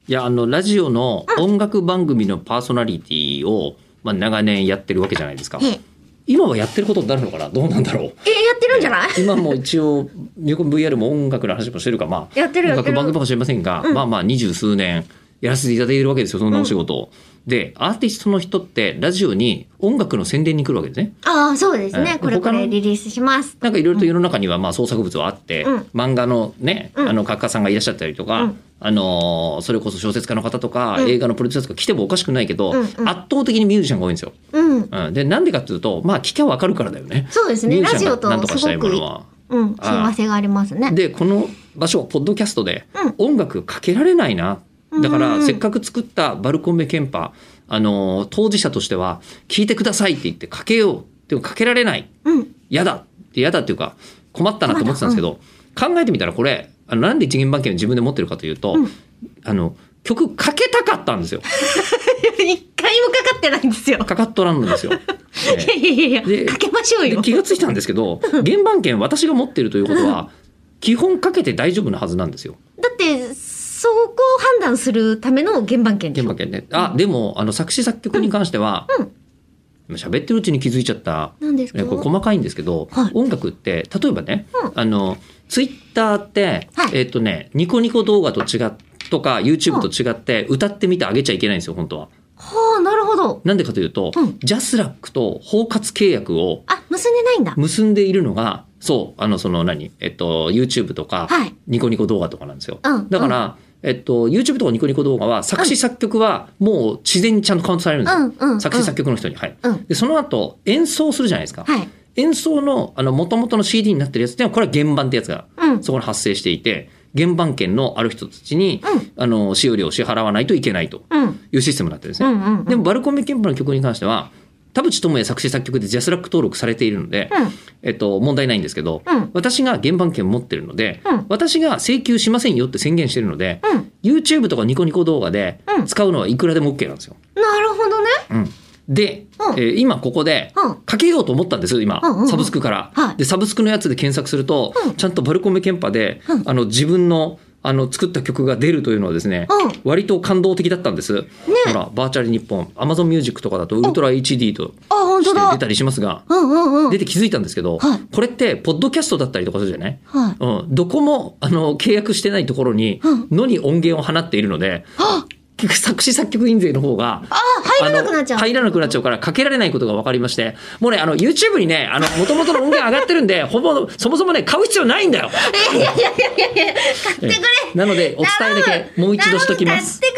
いやラジオの音楽番組のパーソナリティを、長年やってるわけじゃないですか。今はやってることになるのかな、どうなんだろう。 やってるんじゃない？ 今も一応ミュコン VR も音楽の話もしてるか、 やってる音楽番組かもしれませんが、20数年やらせていただいているわけですよ、そんなお仕事、でアーティストの人ってラジオに音楽の宣伝に来るわけですね。 そうですね、これリリースしますなんかいろいろと世の中には創作物はあって、漫画のね作家さんがいらっしゃったりとか、それこそ小説家の方とか、映画のプロデューサーとか来てもおかしくないけど、圧倒的にミュージシャンが多いんですよ。でなんでかっていうと聞きゃ分かるからだよね。 そうですね、ラジオとすごく親和性がありますね。 でこの場所ポッドキャストで音楽かけられないな、だからせっかく作ったバルコンメケンパ、当事者としては聞いてくださいって言ってかけよう、でもかけられない、嫌だっていうか困ったなと思ってたんですけど、考えてみたらこれなんで一元番券を自分で持ってるかというと、曲かけたかったんですよ。 一回もかかってないんですよ。 かかっとらんのですよ。 いやかけましょうよ。 気がついたんですけど、原版権私が持ってるということは基本かけて大丈夫なはずなんですよ。 だってそこを判断するための原版権でしょ。 原版権ね。でも作詞作曲に関しては、喋ってるうちに気づいちゃった。 何ですか？ これ細かいんですけど、音楽って例えばね、ツイッターって、ニコニコ動画と違っとか YouTube と違って歌ってみてあげちゃいけないんですよ本当は。 なるほど。 なんでかというと、ジャスラックと包括契約を結んでないんだ。 結んでいるのがYouTube とか、ニコニコ動画とかなんですよ。だから、YouTube とかニコニコ動画は作詞作曲はもう自然にちゃんとカウントされるんですよ。作詞作曲の人に。でその後演奏するじゃないですか。演奏の元々の CD になってるやつっていうのはこれは原版ってやつがそこに発生していて、原版権のある人たちに、使用料を支払わないといけないというシステムになってるんですね。でもバルコンメケンパの曲に関しては田淵智也作詞作曲でジャスラック登録されているので、問題ないんですけど、私が原版権を持ってるので、私が請求しませんよって宣言してるので、YouTube とかニコニコ動画で使うのはいくらでも OK なんですよ。 なるほどね。 で、今ここでかけようと思ったんです今、サブスクから。でサブスクのやつで検索すると、ちゃんとバルコンメケンパで、自分の作った曲が出るというのはですね、割と感動的だったんです。ほらバーチャル日本 Amazon ミュージックとかだとウルトラ HD として出たりしますが、出て気づいたんですけど、これってポッドキャストだったりとかするじゃない、どこも契約してないところにのに音源を放っているので、作詞作曲印税の方が入らなくなっちゃうからかけられないことが分かりまして、もうねYouTube にね元々の音源上がってるんでそもそもね買う必要ないんだよ。 いや買ってくれ。 なのでお伝えだけもう一度しときます。 買ってく